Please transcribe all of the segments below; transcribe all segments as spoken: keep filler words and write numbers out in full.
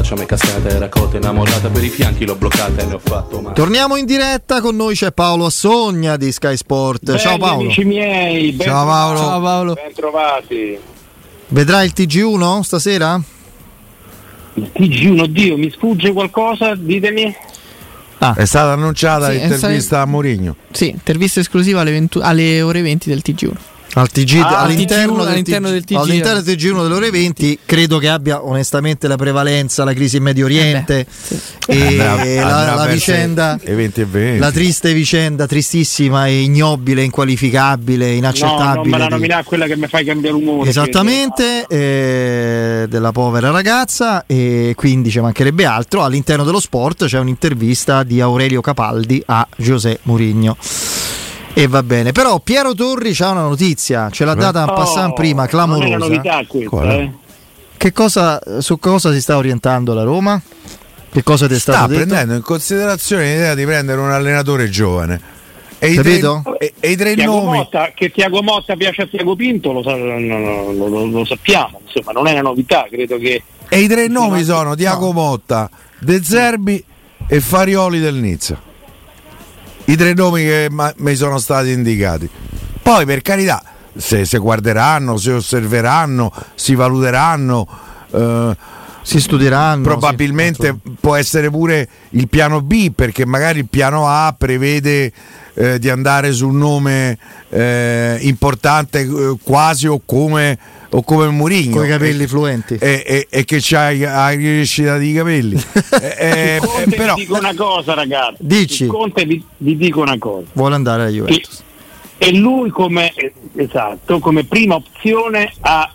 faccia mai cascare a terracotta, innamorata per i fianchi l'ho bloccata e ne ho fatto male. Torniamo in diretta, con noi c'è Paolo Assogna di Sky Sport. Belli, ciao Paolo. Amici miei, ben ciao Paolo. Ciao Paolo. Ben trovati. Vedrai il T G uno stasera? Il T G uno, oddio, mi sfugge qualcosa, ditemi. Ah. È stata annunciata sì, l'intervista sta... a Mourinho. Sì, intervista esclusiva alle, venti alle ore venti del T G uno. Al T G, ah, all'interno, del all'interno del T G, all'interno del T G uno delle ore venti credo che abbia onestamente la prevalenza la crisi in Medio Oriente, eh beh, sì. e andrà, la, andrà la vicenda venti e venti. La triste vicenda, tristissima e ignobile, inqualificabile, inaccettabile. No, non me la nominare quella che mi fai cambiare umore. Esattamente, eh, della povera ragazza, e quindi ci mancherebbe altro. All'interno dello Sport c'è un'intervista di Aurelio Capaldi a José Mourinho. E va bene, però Piero Torri c'ha una notizia, ce l'ha data un oh, passant prima, clamorosa. Non è una novità questa, eh? Che cosa, su cosa si sta orientando la Roma? Che cosa ti è stato sta detto? prendendo in considerazione l'idea di prendere un allenatore giovane. E i Capito? tre, e, e i tre Tiago nomi. Motta, che Tiago Motta piace a Tiago Pinto lo, lo, lo, lo, lo sappiamo, insomma, non è una novità, credo che. E i tre nomi sono Tiago no. Motta, De Zerbi e Farioli del Nizza. I tre nomi che mi sono stati indicati. Poi, per carità, se, se guarderanno, se osserveranno, si valuteranno, eh, si studieranno. Probabilmente sì, può essere pure il piano B, perché magari il piano A prevede eh, di andare su un nome eh, importante eh, quasi o come o come Mourinho, con i capelli e, fluenti e, e, e che c'ha la crescita di capelli. eh, Conte, eh, però vi dico una cosa, ragazzi. Dici. Conte vi, vi dico una cosa. Vuole andare alla Juventus. E, e lui come esatto, come prima opzione ha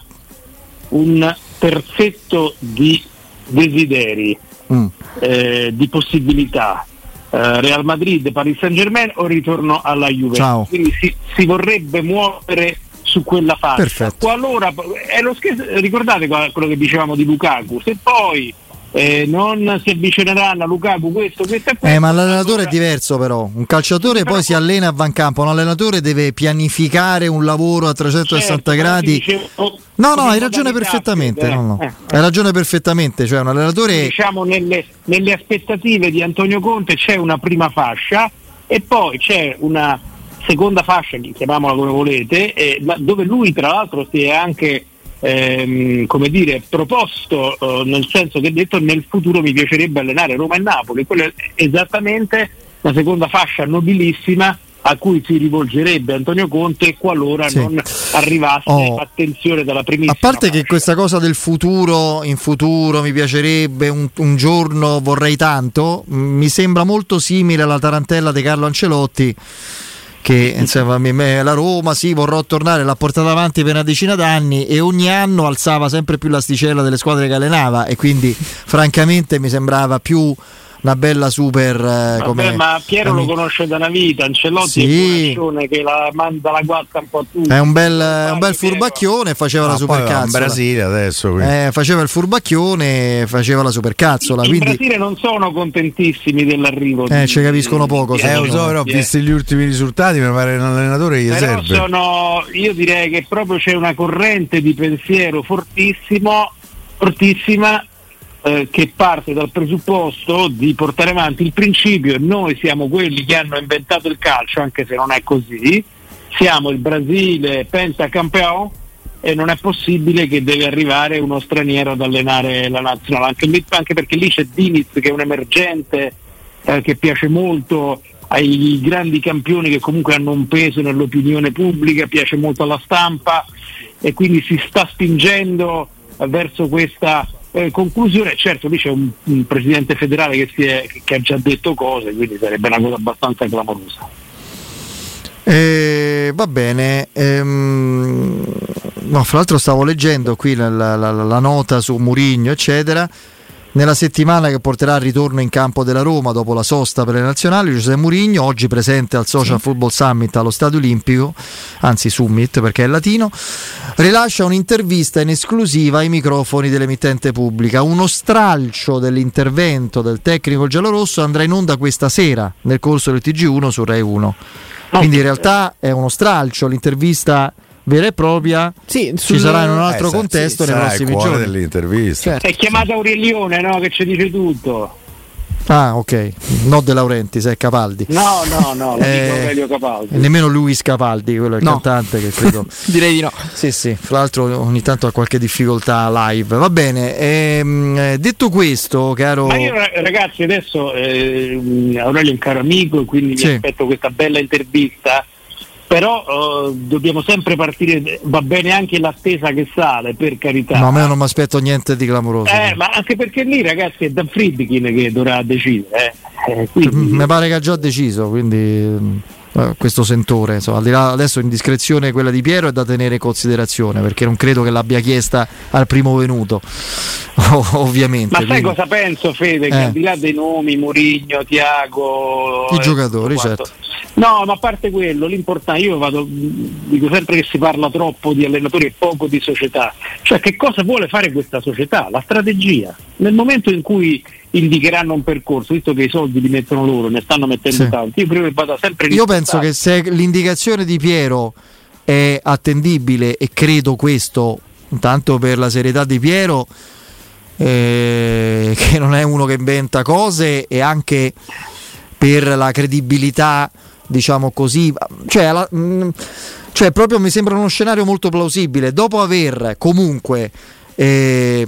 un terzetto di desideri, mm. eh, di possibilità. Uh, Real Madrid, Paris Saint-Germain o ritorno alla Juventus. Ciao. Quindi si, si vorrebbe muovere su quella fascia. Perfetto. Qualora è lo scherzo, ricordate quello che dicevamo di Lukaku, se poi eh, non si avvicineranno a Lukaku questo, questo e questo. Eh, ma l'allenatore allora... è diverso, però. Un calciatore però poi si allena a vancampo, un allenatore deve pianificare un lavoro a trecentosessanta certo, gradi. Dicevo, no, no, hai ragione perfettamente. Eh, no, no. Eh, eh. Hai ragione perfettamente. Cioè, un allenatore. Diciamo, nelle, nelle aspettative di Antonio Conte c'è una prima fascia e poi c'è una seconda fascia, chiamiamola come volete, eh, dove lui tra l'altro si è anche ehm, come dire proposto, eh, nel senso che ha detto nel futuro mi piacerebbe allenare Roma e Napoli. Quella è esattamente la seconda fascia nobilissima a cui si rivolgerebbe Antonio Conte qualora sì. non arrivasse oh. attenzione dalla primissima. A parte fascia. Che questa cosa del futuro, in futuro mi piacerebbe, un, un giorno vorrei tanto, mi sembra molto simile alla tarantella di Carlo Ancelotti, che insomma la Roma sì vorrò tornare, l'ha portata avanti per una decina d'anni e ogni anno alzava sempre più l'asticella delle squadre che allenava, e quindi francamente mi sembrava più una bella super eh, come, Vabbè, ma Piero come... lo conosce da una vita. Ancelotti sì. è un che la manda la guarda un po' a tutti. È un bel, è un bel furbacchione, faceva no, la supercazzola. In Brasile adesso eh, faceva il furbacchione, faceva la supercazzola. In quindi... Brasile non sono contentissimi dell'arrivo. Eh, di... ci capiscono poco. Eh, lo so, però, visti gli ultimi risultati, mi pare un allenatore gli però serve. Sono, io direi che proprio c'è una corrente di pensiero fortissimo, fortissima. Eh, che parte dal presupposto di portare avanti il principio, e noi siamo quelli che hanno inventato il calcio, anche se non è così, siamo il Brasile pentacampeão e non è possibile che deve arrivare uno straniero ad allenare la nazionale, anche, lì, anche perché lì c'è Diniz che è un emergente eh, che piace molto ai grandi campioni che comunque hanno un peso nell'opinione pubblica, piace molto alla stampa, e quindi si sta spingendo eh, verso questa Eh, conclusione. Certo, lì c'è un, un presidente federale che, si è, che ha già detto cose, quindi sarebbe una cosa abbastanza clamorosa. Eh, va bene, ehm, no, fra l'altro stavo leggendo qui la, la, la, la nota su Mourinho eccetera. Nella settimana che porterà al ritorno in campo della Roma dopo la sosta per le nazionali, José Mourinho, oggi presente al Social sì. Football Summit allo Stadio Olimpico, anzi Summit perché è latino, rilascia un'intervista in esclusiva ai microfoni dell'emittente pubblica. Uno stralcio dell'intervento del tecnico giallorosso andrà in onda questa sera nel corso del T G uno su Rai uno. Quindi in realtà è uno stralcio, l'intervista vera e propria sì, ci sarà in un altro eh, contesto sì, nei sarà prossimi il cuore giorni dell'intervista. Certo. È chiamata Aurelione, no? Che ci dice tutto. Ah, ok, no De Laurentiis, è Capaldi. No, no, no, lo Eh, dico Aurelio Capaldi. E nemmeno Luis Capaldi, quello è il No. cantante che credo. Direi di no. Sì, sì, fra l'altro ogni tanto ha qualche difficoltà live. Va bene, ehm, eh, detto questo, caro. Ma io ragazzi adesso eh, Aurelio è un caro amico, quindi Sì. vi aspetto questa bella intervista. Però eh, dobbiamo sempre partire, va bene anche l'attesa che sale, per carità. No, a me non mi aspetto niente di clamoroso. Eh, ma anche perché lì ragazzi è Dan Friedkin che dovrà decidere. Eh. Eh, quindi... Mi pare che ha già deciso, quindi eh, questo sentore, insomma, al di là adesso indiscrezione quella di Piero è da tenere in considerazione, perché non credo che l'abbia chiesta al primo venuto. Ovviamente. Ma sai quindi... cosa penso, Fede? Che Eh. al di là dei nomi, Mourinho, Tiago, I eh, giocatori, tutto quanto. certo. No, ma a parte quello, l'importante, io vado, dico sempre che si parla troppo di allenatori e poco di società. Cioè, che cosa vuole fare questa società? La strategia. Nel momento in cui indicheranno un percorso, visto che i soldi li mettono loro, ne stanno mettendo Sì. tanti, io prima vado sempre Io penso che se l'indicazione di Piero è attendibile, e credo questo, intanto per la serietà di Piero, eh, che non è uno che inventa cose, e anche per la credibilità, diciamo così, cioè, la, mh, cioè proprio mi sembra uno scenario molto plausibile. Dopo aver comunque eh,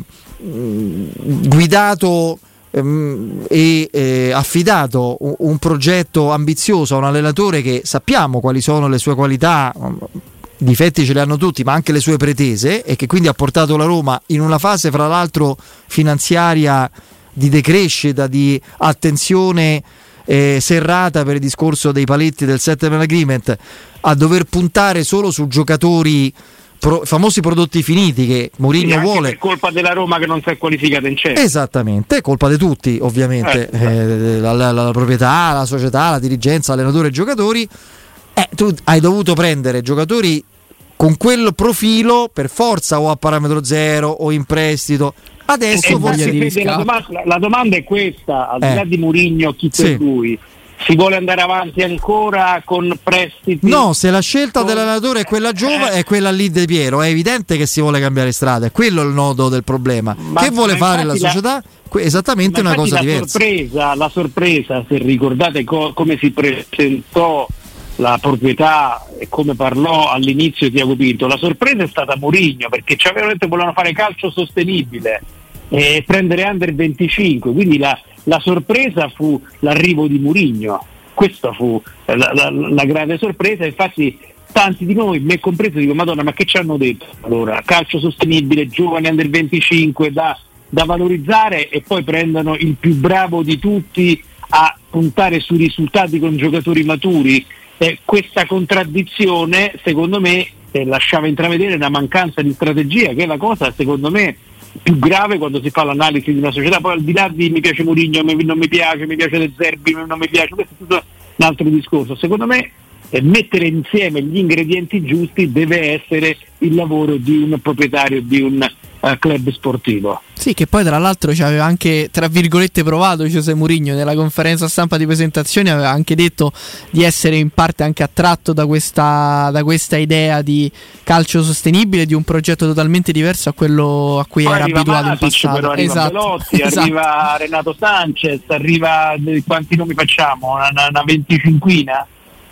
mh, guidato ehm, e eh, affidato un, un progetto ambizioso a un allenatore che sappiamo quali sono le sue qualità, difetti ce li hanno tutti, ma anche le sue pretese, e che quindi ha portato la Roma in una fase fra l'altro finanziaria di decrescita, di attenzione eh, serrata per il discorso dei paletti del settlement agreement, a dover puntare solo su giocatori pro, famosi prodotti finiti che Mourinho anche vuole. per colpa della Roma che non si è qualificata in Champions. Esattamente, è colpa di tutti ovviamente, Eh, eh, la, la, la proprietà, la società, la dirigenza, allenatore e giocatori. Eh, tu hai dovuto prendere giocatori con quel profilo per forza, o a parametro zero o in prestito. Adesso E forse infatti, Fede, la, domanda, la, la domanda è questa, al di Eh. là di Mourinho, chi per Sì. lui, si vuole andare avanti ancora con prestiti? no, se la scelta con- dell'allenatore è quella giovane, Eh. è quella lì di Piero, è evidente che si vuole cambiare strada, è quello il nodo del problema. Ma- che vuole ma fare la infatti la- società? Que- esattamente Ma una infatti cosa la diversa. sorpresa, la sorpresa, se ricordate co- come si presentò la proprietà e come parlò all'inizio Tiago Pinto, la sorpresa è stata Mourinho, perché ci avevano detto che volevano fare calcio sostenibile e prendere under venticinque, quindi la, la sorpresa fu l'arrivo di Mourinho, questa fu la, la, la grande sorpresa. Infatti tanti di noi, me compreso, dico Madonna, ma che ci hanno detto allora? Calcio sostenibile, giovani under venticinque da, da valorizzare, e poi prendono il più bravo di tutti a puntare sui risultati con giocatori maturi. Eh, questa contraddizione secondo me eh, lasciava intravedere una mancanza di strategia, che è la cosa secondo me più grave quando si fa l'analisi di una società. Poi al di là di mi piace Mourinho, mi- non mi piace, mi piace De Zerbi, non mi piace, questo è tutto un altro discorso. Secondo me eh, mettere insieme gli ingredienti giusti deve essere il lavoro di un proprietario di un uh, club sportivo. Sì, che poi tra l'altro ci aveva anche, tra virgolette, provato José Mourinho nella conferenza stampa di presentazione, aveva anche detto di essere in parte anche attratto da questa, da questa idea di calcio sostenibile, di un progetto totalmente diverso a quello a cui Poi era arriva abituato Matic, in passato. però arriva Esatto, Belotti, esatto. arriva Renato Sanchez, arriva eh, quanti nomi facciamo? Una, una, una venticinquina?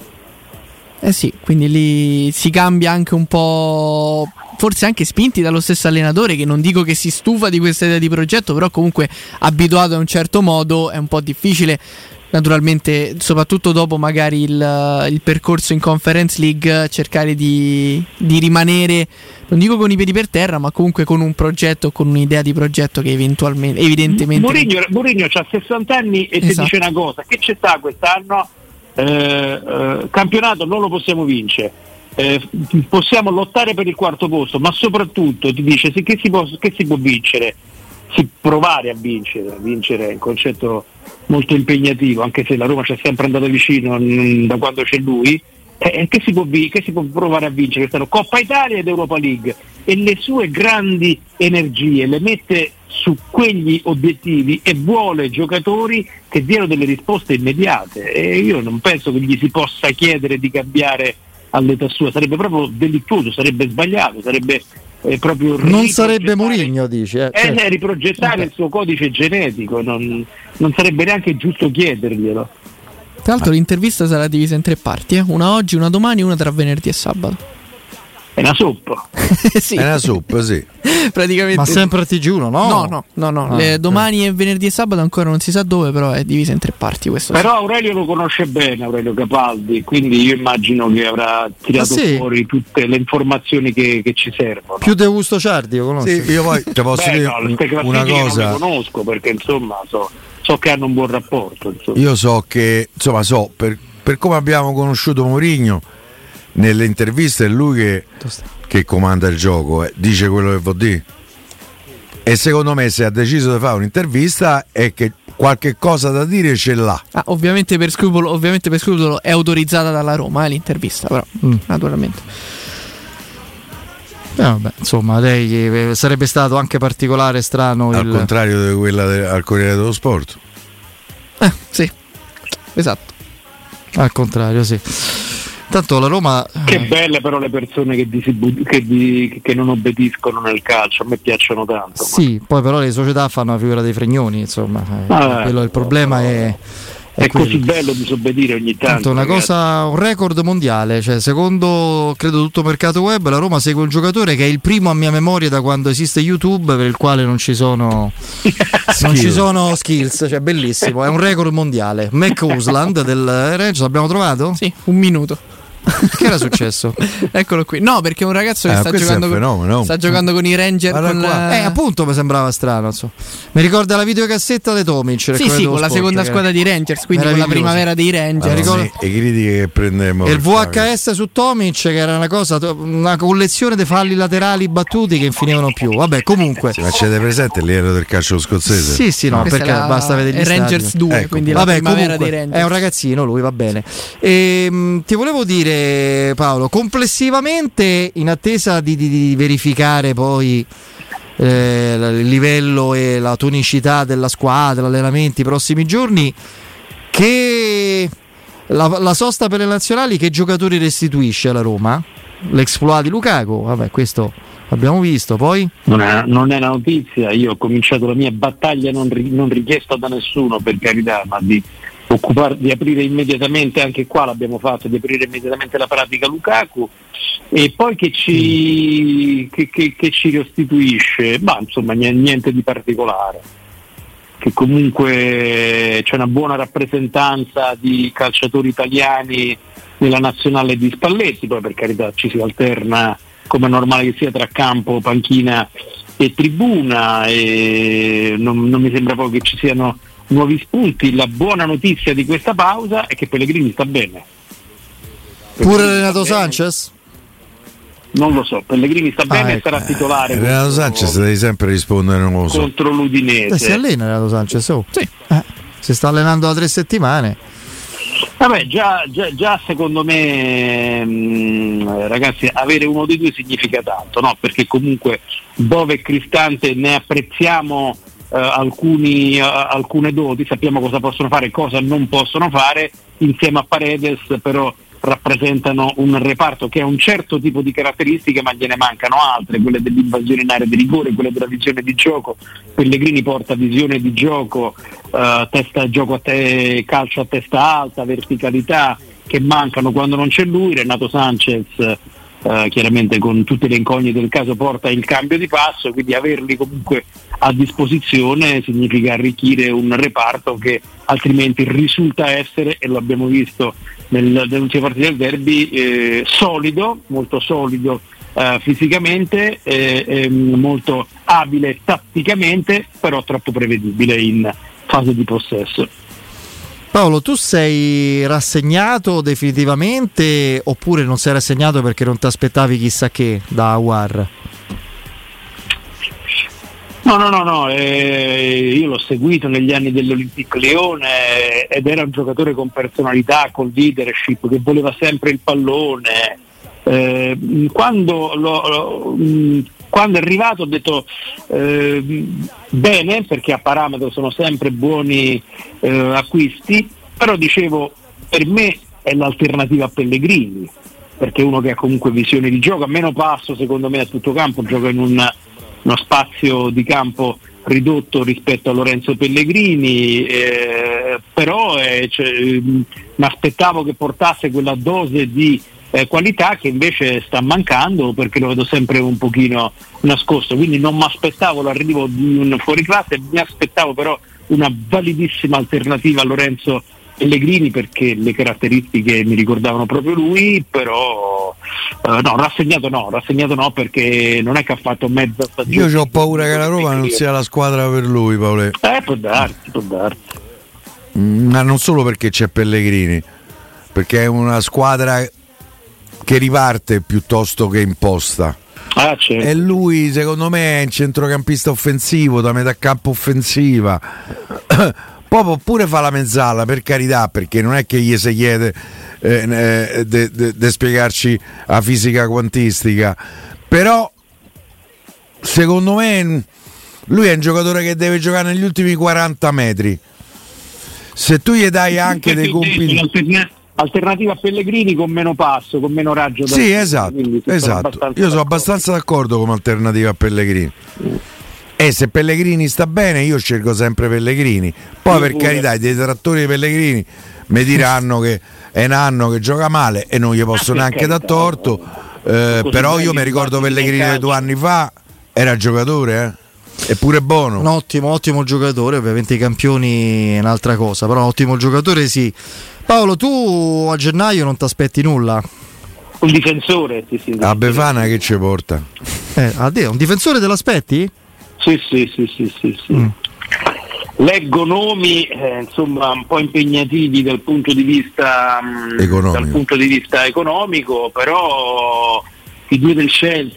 Eh sì, quindi lì si cambia anche un po', forse anche spinti dallo stesso allenatore, che non dico che si stufa di questa idea di progetto, però comunque abituato a un certo modo è un po' difficile, naturalmente, soprattutto dopo magari il, il percorso in Conference League, cercare di, di rimanere, non dico con i piedi per terra, ma comunque con un progetto, con un'idea di progetto che eventualmente, evidentemente... Mourinho, Mourinho ha sessanta anni e Esatto. ti dice una cosa, che c'è sta quest'anno? Eh, eh, campionato non lo possiamo vincere, eh, possiamo lottare per il quarto posto, ma soprattutto ti dice sì, che, si può, che si può vincere, si provare a vincere. Vincere è un concetto molto impegnativo, anche se la Roma ci è sempre andata vicino mh, da quando c'è lui. Eh, che, si può, che si può provare a vincere quest'anno? Coppa Italia ed Europa League, e le sue grandi energie le mette su quegli obiettivi e vuole giocatori che diano delle risposte immediate, e io non penso che gli si possa chiedere di cambiare all'età sua, sarebbe proprio delittuoso, sarebbe sbagliato, sarebbe eh, proprio non sarebbe Mourinho, dici eh, eh, certo. riprogettare il suo codice genetico, non, non sarebbe neanche giusto chiederglielo. Tra l'altro l'intervista sarà divisa in tre parti, eh? Una oggi, una domani, una tra venerdì e sabato. È una soppa. Sì. È una soup, sì. Praticamente. Ma sempre a T G uno, no? No, no, no, no. Ah, Le, ok. domani e venerdì e sabato ancora non si sa dove, però è divisa in tre parti questo. Però Aurelio lo conosce bene, Aurelio Capaldi, quindi io immagino che avrà tirato Ah, sì? fuori tutte le informazioni che, che ci servono. Più De Gusto Ciardi, lo conosci? Sì, io poi ti posso Beh, dire no, queste una classifiche cosa. non le conosco perché insomma so, so che hanno un buon rapporto. Insomma. Io so che, insomma, so per, per come abbiamo conosciuto Mourinho, nelle interviste è lui che, che comanda il gioco, eh, dice quello che vuol dire. E secondo me, se ha deciso di fare un'intervista, è che qualche cosa da dire ce l'ha. Ah, ovviamente per scrupolo, ovviamente per scrupolo è autorizzata dalla Roma, eh, l'intervista, però Mm. naturalmente. Eh, vabbè, insomma, lei eh, sarebbe stato anche particolare, strano Al il... contrario di quella de- al Corriere dello Sport. Eh, sì. Esatto. Al contrario, sì. Tanto la Roma... Che belle però le persone che, disibu- che, di- che non obbediscono nel calcio, a me piacciono tanto. Sì, poi però le società fanno la figura dei fregnoni, insomma. eh, Ah, quello, il problema è... È, quello. così bello disobbedire ogni tanto. Tanto una ragazzi. cosa, un record mondiale, cioè secondo credo tutto mercato web, la Roma segue un giocatore che è il primo a mia memoria da quando esiste YouTube, per il quale non ci sono non ci sono skills, cioè bellissimo, è un record mondiale. Mac Usland del Rangers, l'abbiamo trovato? Sì, un minuto. Che era successo? Eccolo qui. No, perché è un ragazzo che Eh, sta, questo è giocando un con, fenomeno. sta giocando con i Ranger. Guarda Con qua. la... Eh, appunto mi sembrava strano, insomma. Mi ricorda la videocassetta di Tomic. del Sì, Corriere sì, dello con la Sport, seconda che- squadra di Rangers, quindi con la Meraviglioso. primavera dei Ranger. Mi ricordo- E critiche che prendemmo. E il per fare. V H S su Tomic, che era una cosa, una collezione di falli laterali battuti che non finivano più. Vabbè, comunque. Sì, ma c'è presente l'ero del calcio scozzese? Sì, sì, no, Questa perché è la- basta vedere gli è Rangers stadi. due, Ecco, quindi la Vabbè, primavera comunque, dei Rangers. è un ragazzino, lui va bene. Ehm, ti volevo dire, Paolo, complessivamente, in attesa di, di- di verificare poi eh, il livello e la tonicità della squadra, allenamenti i prossimi giorni, che la, la sosta per le nazionali che giocatori restituisce alla Roma? L'exploit di Lukaku, vabbè, questo l'abbiamo visto, poi Non è, non è una notizia, io ho cominciato la mia battaglia non, ri- non richiesta da nessuno, per carità, ma di occupare, di aprire immediatamente, anche qua l'abbiamo fatto, di aprire immediatamente la pratica Lukaku, e poi che ci, che, che, che ci restituisce, ma insomma niente, niente di particolare, che comunque c'è una buona rappresentanza di calciatori italiani nella nazionale di Spalletti, poi per carità ci si alterna come è normale che sia tra campo, panchina e tribuna, e non, non mi sembra poi che ci siano nuovi spunti. La buona notizia di questa pausa è che Pellegrini sta bene. pure Pellegrini Renato sta bene. Sanchez? Non lo so, Pellegrini sta bene Ah, e ecco. sarà titolare Renato contro- Sanchez devi sempre rispondere, non lo so. contro Eh, si l'Udinese. allena Renato Sanchez, oh. Sì. Eh, si sta allenando da tre settimane. Vabbè, già, già, già secondo me, mh, ragazzi, avere uno dei due significa tanto, no? Perché comunque Bove e Cristante ne apprezziamo eh, alcuni, eh, alcune doti, sappiamo cosa possono fare e cosa non possono fare, insieme a Paredes però rappresentano un reparto che ha un certo tipo di caratteristiche, ma gliene mancano altre, quelle dell'invasione in area di rigore, quelle della visione di gioco. Pellegrini porta visione di gioco, eh, testa gioco a te, calcio a testa alta, verticalità, che mancano quando non c'è lui. Renato Sanchez eh, chiaramente con tutte le incognite del caso porta il cambio di passo, quindi averli comunque a disposizione significa arricchire un reparto che altrimenti risulta essere, e lo abbiamo visto nel, nell'ultima partita del derby, eh, solido, molto solido eh, fisicamente, eh, eh, molto abile tatticamente, però troppo prevedibile in fase di possesso. Paolo, tu sei rassegnato definitivamente oppure non sei rassegnato perché non ti aspettavi chissà che da Aouar? No, no, no, no, eh, io l'ho seguito negli anni dell'Olympique Lione ed era un giocatore con personalità, con leadership, che voleva sempre il pallone. Eh, quando, lo, lo, mh, quando è arrivato ho detto eh, bene, perché a parametro sono sempre buoni eh, acquisti, però dicevo per me è l'alternativa a Pellegrini. perché è uno che ha comunque visione di gioco, a meno passo secondo me a tutto campo, gioca in un, uno spazio di campo ridotto rispetto a Lorenzo Pellegrini, eh, però eh, cioè, mi aspettavo che portasse quella dose di eh, qualità che invece sta mancando, perché lo vedo sempre un pochino nascosto, quindi non mi aspettavo l'arrivo di un fuoriclasse, mi aspettavo però una validissima alternativa a Lorenzo Pellegrini, perché le caratteristiche mi ricordavano proprio lui, però eh, no, rassegnato no, rassegnato no, perché non è che ha fatto mezza stagione. Io ho paura che la Roma non sia la squadra per lui, Paolo. Eh, può darsi, può darsi. Ma non solo perché c'è Pellegrini, perché è una squadra che riparte piuttosto che imposta. Ah, certo. E lui secondo me è un centrocampista offensivo, da metà campo offensiva. Poi può pure fa la mezzala, per carità, perché non è che gli si chiede eh, di spiegarci la fisica quantistica, però secondo me lui è un giocatore che deve giocare negli ultimi quaranta metri. Se tu gli dai anche dei compiti, alternativa a Pellegrini con meno passo, con meno raggio. Sì, esatto, esatto. Io sono abbastanza d'accordo come alternativa a Pellegrini. E se Pellegrini sta bene, io scelgo sempre Pellegrini. Poi, per carità, i detrattori di Pellegrini mi diranno che è un anno che gioca male e non gli posso neanche dar torto. Eh, però io mi ricordo Pellegrini di due anni fa, era giocatore, eh? Eppure buono. Un ottimo, ottimo giocatore. Ovviamente i campioni è un'altra cosa, però un ottimo giocatore sì. Paolo, tu a gennaio non ti aspetti nulla? Un difensore? Sì, sì, a Befana che ci porta? Eh, a te, un difensore te l'aspetti? Sì, sì, sì, sì, sì, sì. Mm. Leggo nomi eh, insomma un po' impegnativi dal punto di vista mh, dal punto di vista economico, però i due del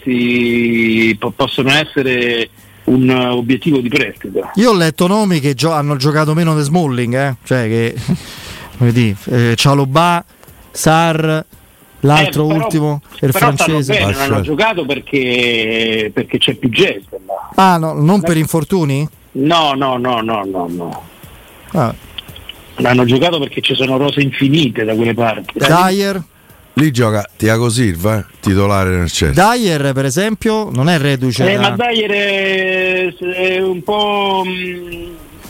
Chelsea po- possono essere un uh, obiettivo di prestito. Io ho letto nomi che gio- hanno giocato meno di Smalling, eh? Cioè che come dire, eh, Cialobà, Sarr, l'altro eh, però, ultimo, il però francese. Bene, non hanno giocato perché perché c'è più gente. No? Ah, no, non per infortuni? No, no, no, no, no, no. Ah. Hanno giocato perché ci sono rose infinite da quelle parti. Dyer? Lì gioca Thiago Silva, eh? Titolare nel Chelsea. Dyer, per esempio, non è reduce. Eh, da... Ma Dyer è, è un po'. Mh,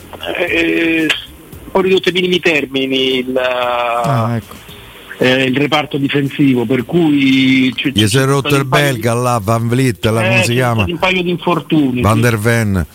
è, un po' ridotto ai minimi termini il, ah, ecco. eh, il reparto difensivo, per cui c- gli si è rotto il belga là, Van Vliet, là, eh, come si chiama? Un paio di infortuni. Van der Ven.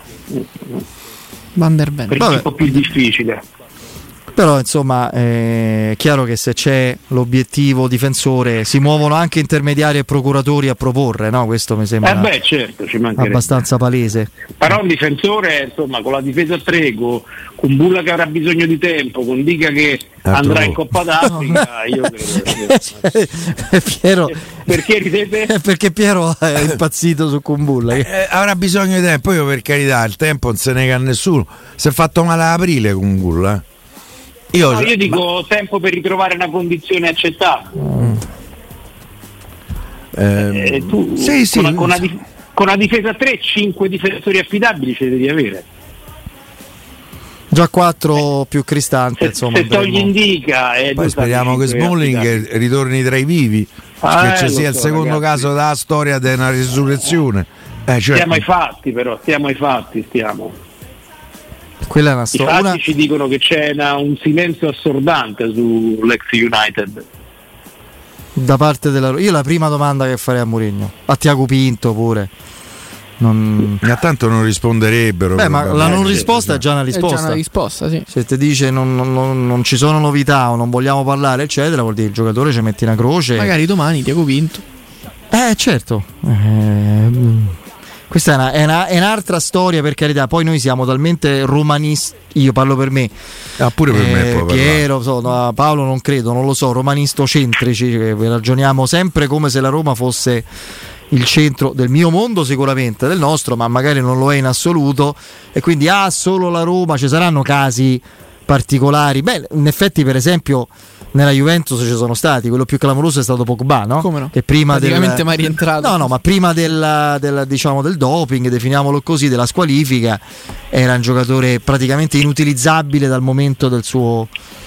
Van der Ven. Perché è un po' più difficile. Però insomma è chiaro che se c'è l'obiettivo difensore si muovono anche intermediari e procuratori a proporre, no? Questo mi sembra eh beh, certo, ci abbastanza palese. Però un difensore, insomma, con la difesa a tre, con, con Bulla che avrà bisogno di tempo, con Dica che andrà in Coppa d'Africa, io credo. Piero, perché ridete? Perché Piero è impazzito su Kumbulla. Eh, avrà bisogno di tempo, io per carità, il tempo non se nega a nessuno. Si è fatto male ad aprile Kumbulla, eh. Io, no, io dico ma... tempo per ritrovare una condizione accettabile. Mm. Eh, eh, tu sì, sì, con, una, con, una dif- con una difesa a tre, cinque difensori affidabili ce li devi avere. Già quattro eh, più Cristante, se, insomma. Se togli Indica e poi speriamo che Smalling ritorni tra i vivi, ah, che ci sia so, il secondo ragazzi. caso della storia di una risurrezione. Eh, cioè... Stiamo ai fatti, però, stiamo ai fatti, stiamo. Quella è una storia. I fatti una... ci dicono che c'è una, un silenzio assordante sull'ex United. Da parte della io la prima domanda che farei a Mourinho, a Tiago Pinto pure. Non... Ma tanto non risponderebbero. Beh, ma la non risposta è già una risposta. È già una risposta, sì. Se ti dice non, non, non ci sono novità o non vogliamo parlare, eccetera, vuol dire il giocatore ci metti una croce. Magari domani Tiago Pinto. Eh, certo. Eh, questa è, una, è, una, è un'altra storia, per carità. Poi noi siamo talmente romanisti. Io parlo per me. Ah, pure per eh, me. Piero, so, no, Paolo non credo, non lo so. Romanistocentrici, che ragioniamo sempre come se la Roma fosse il centro del mio mondo, sicuramente del nostro, ma magari non lo è in assoluto. E quindi ah, solo la Roma, ci saranno casi particolari. Beh, in effetti, per esempio, nella Juventus ci sono stati, quello più clamoroso è stato Pogba, no? Come no? Che prima praticamente del... mai rientrato. No, no, ma prima del, del, diciamo, del doping, definiamolo così, della squalifica, era un giocatore praticamente inutilizzabile dal momento del suo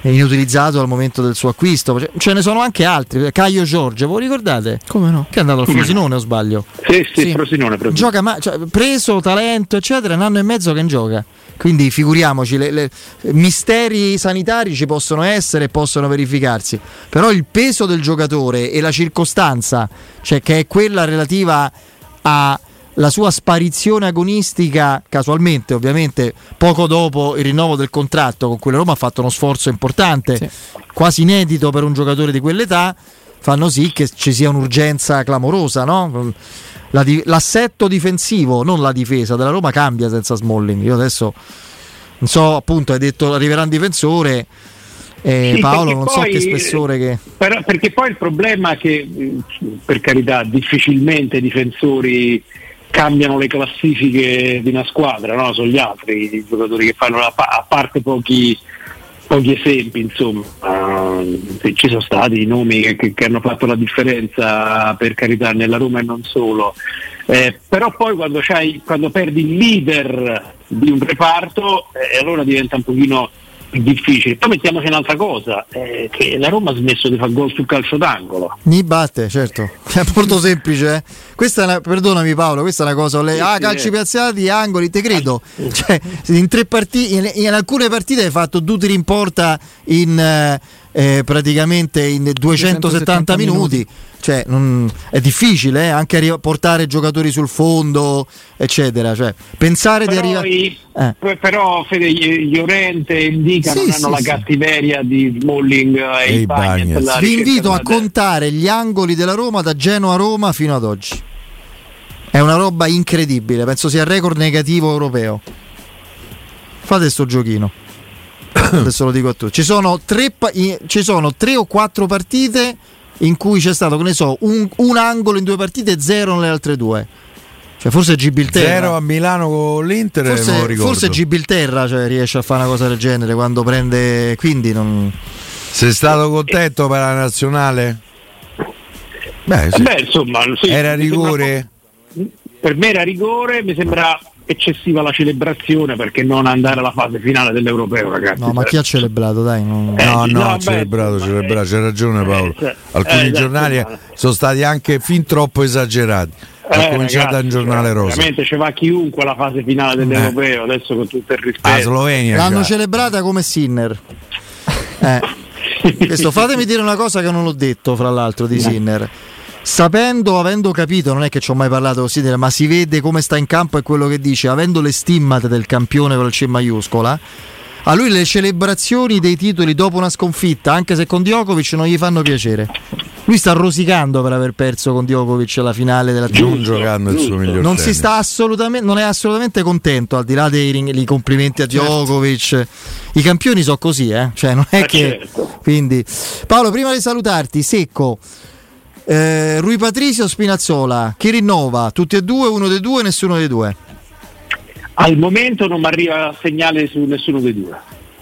inutilizzato al momento del suo acquisto. Ce ne sono anche altri. Caio Giorgio, voi ricordate? Come no? Che è andato al Frosinone, o sbaglio? Sì, sì, Sì. Frosinone, proprio. Gioca, ma, cioè, preso, talento, eccetera, un anno e mezzo che non gioca. Quindi figuriamoci, le, le, misteri sanitari ci possono essere e possono verificarsi, però il peso del giocatore e la circostanza, cioè che è quella relativa alla sua sparizione agonistica, casualmente ovviamente poco dopo il rinnovo del contratto, con cui la Roma ha fatto uno sforzo importante, Sì. quasi inedito per un giocatore di quell'età, fanno sì che ci sia un'urgenza clamorosa, no? La di- l'assetto difensivo, non la difesa della Roma, cambia senza Smalling. Io adesso non so, appunto, hai detto arriverà un difensore, eh, Sì, Paolo, perché non poi- so che spessore che. Però, perché poi il problema è che, mh, per carità, difficilmente i difensori cambiano le classifiche di una squadra, no? Sono gli altri i giocatori che fanno la pa- a parte pochi pochi esempi, insomma. Uh, sì, ci sono stati i nomi che, che, che hanno fatto la differenza, per carità, nella Roma e non solo, eh, però poi quando, c'hai, quando perdi il leader di un reparto, eh, allora diventa un pochino difficile. Poi mettiamoci un'altra cosa, eh, che la Roma ha smesso di fare gol sul calcio d'angolo. Ni batte, certo, è molto semplice. Eh? Questa è una, perdonami Paolo, questa è una cosa. Le, Sì, ah, sì, calci eh. piazzati, angoli, te credo. Cioè, in tre partite, in, in alcune partite hai fatto due tiri in porta in eh, eh, praticamente in duecentosettanta minuti. Cioè, non, è difficile eh? anche arri- portare giocatori sul fondo, eccetera. Cioè, pensare Però, di arrivare. i- Eh. p- però Fede, Llorente e Indica Sì, non sì, hanno la sì. cattiveria di Smalling e, E i i Bagnets. Bagnets. alla Vi ricerca invito a della- contare gli angoli della Roma da Genoa a Roma fino ad oggi. È una roba incredibile, penso sia il record negativo europeo. Fate sto giochino. Adesso lo dico a tutti. Ci sono tre, pa- i- ci sono tre o quattro partite in cui c'è stato, che ne so, un, un angolo in due partite e zero nelle altre due. Cioè forse Gibilterra. Zero a Milano con l'Inter, non lo Forse, ricordo. forse Gibilterra, cioè, riesce a fare una cosa del genere quando prende. Quindi non. Sei stato contento per la nazionale? Beh, sì. Beh, insomma, sì, Era mi sembra rigore? un po'- Per me era rigore, mi sembra eccessiva la celebrazione, perché non andare alla fase finale dell'Europeo, ragazzi. No, ma chi ha celebrato, dai? Non... Eh, No, sì, no, no, ha beh, celebrato, insomma, celebrato, eh, c'è ragione Paolo. eh, Alcuni eh, giornali insomma. sono stati anche fin troppo esagerati. Ha Eh, cominciato ragazzi, un giornale cioè, rosa. Veramente ci va chiunque alla fase finale dell'Europeo, adesso con tutto il rispetto. Ah, Slovenia. L'hanno già. celebrata come Sinner. Eh. Questo, fatemi dire una cosa che non ho detto, fra l'altro, di Sinner. Sapendo, avendo capito, non è che ci ho mai parlato con Sinner, ma si vede come sta in campo e quello che dice, avendo le stimmate del campione con il C maiuscola, a lui le celebrazioni dei titoli dopo una sconfitta, anche se con Djokovic, non gli fanno piacere. Lui sta rosicando per aver perso con Djokovic la finale della Non Champions. giocando il suo miglior Non si tennis. sta assolutamente, non è assolutamente contento, al di là dei, ring- dei complimenti a Djokovic. I campioni sono così, eh? Cioè, non è Eh, che. certo. Quindi, Paolo, prima di salutarti, secco. Eh, Rui Patricio, Spinazzola, chi rinnova? Tutti e due, uno dei due, nessuno dei due. Al momento non mi arriva segnale su nessuno dei due.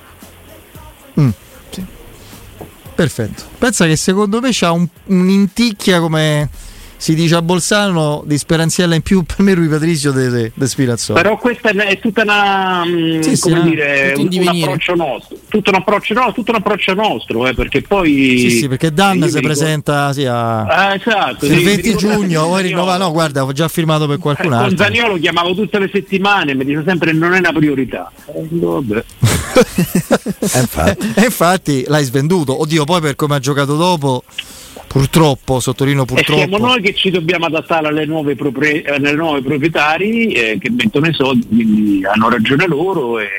Mm, sì. Perfetto. Pensa che secondo me c'ha un, un'inticchia, come si dice a Bolzano, di speranziella in più. Per me Rui Patricio de, de, de Spinazzola. Però questa è, è tutta una mh, Sì, sì, come no, dire, tutto in un, un divenire. approccio nostro, tutto un approccio no, tutto un approccio nostro, eh, perché poi Sì, sì, perché Dan io si mi ricordo- presenta sì, a. Ah, esatto, Il sì, venti mi ricordo giugno, con vuoi rinnovare? No, guarda, ho già firmato per qualcun Con altro. Zaniolo chiamavo tutte le settimane, mi dice sempre non è una priorità. Eh, vabbè. Eh, infatti. E infatti l'hai svenduto. Oddio, poi per come ha giocato dopo, purtroppo, sottolineo E siamo purtroppo. noi che ci dobbiamo adattare alle nuove, proprie- alle nuove proprietari eh, che mettono i soldi, quindi hanno ragione loro. E,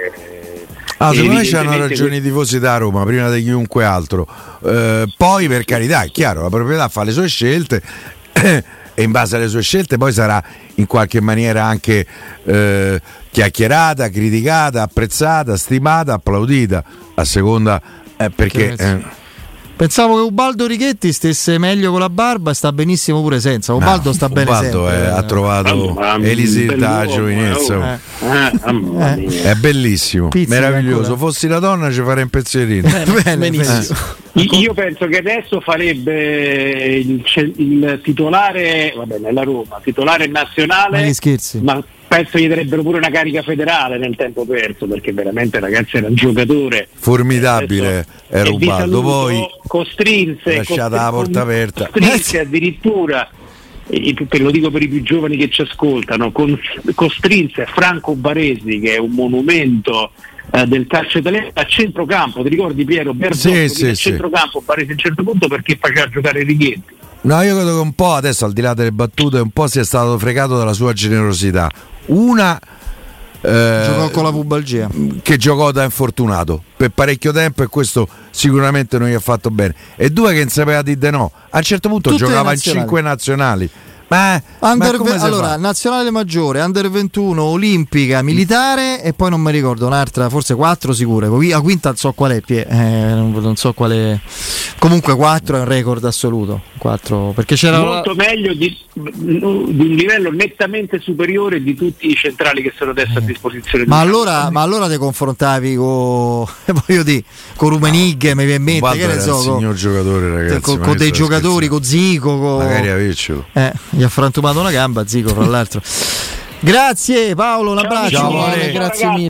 Ah, e secondo me c'hanno evidentemente ragione i tifosi da Roma prima di chiunque altro. Eh, poi, per carità, è chiaro, la proprietà fa le sue scelte e in base alle sue scelte poi sarà in qualche maniera anche eh, chiacchierata, criticata, apprezzata, stimata, applaudita a seconda eh, perché eh, Pensavo che Ubaldo Righetti stesse meglio con la barba e sta benissimo pure senza. Ubaldo no, sta bene Ubaldo sempre. è- ha trovato Ah, ma- elisir da bell'uomo, giovinezza. eh. Eh, mamma mia. È bellissimo, Pizzica meraviglioso. ancora. Fossi la donna ci farei un pensierino. Bene, Benissimo. benissimo. Io penso che adesso farebbe il, il titolare, vabbè, nella Roma, titolare nazionale, ma gli scherzi. Ma penso gli darebbero pure una carica federale nel tempo perso, perché veramente ragazzi era un giocatore formidabile, è rubato, poi costrinse, lasciata la porta aperta, costrinse addirittura, e lo dico per i più giovani che ci ascoltano, con, costrinse Franco Baresi, che è un monumento eh, del calcio italiano, a centrocampo. Ti ricordi Piero Bertoldi? Sì, sì, a sì. centrocampo Baresi a un certo punto perché faceva giocare Righetti. No, io credo che un po' adesso, al di là delle battute, un po' sia stato fregato dalla sua generosità. Una eh, giocò con la pubalgia, che giocò da infortunato per parecchio tempo, e questo sicuramente non gli ha fatto bene. E due, che non sapeva di de no. A un certo punto tutte giocava in cinque nazionali. Ma, Under ma come ve- si allora, fa? nazionale maggiore, under ventuno, olimpica, militare e poi non mi ricordo un'altra, forse quattro sicure. La quinta non so qual è, Pie, eh, non, non so quale. Comunque quattro è un record assoluto. quattro, perché c'era molto la... meglio di, di un livello nettamente superiore di tutti i centrali che sono adesso a disposizione. Ma allora, ma allora ti confrontavi con voglio dire, con Rummenigge, mi viene in mente, che ne so, un signor giocatore, ragazzi, con, con dei giocatori, con Zico, con... magari avercelo. Eh, gli ha frantumato una gamba Zico, fra l'altro. Grazie Paolo, un abbraccio. Ciao, grazie mille.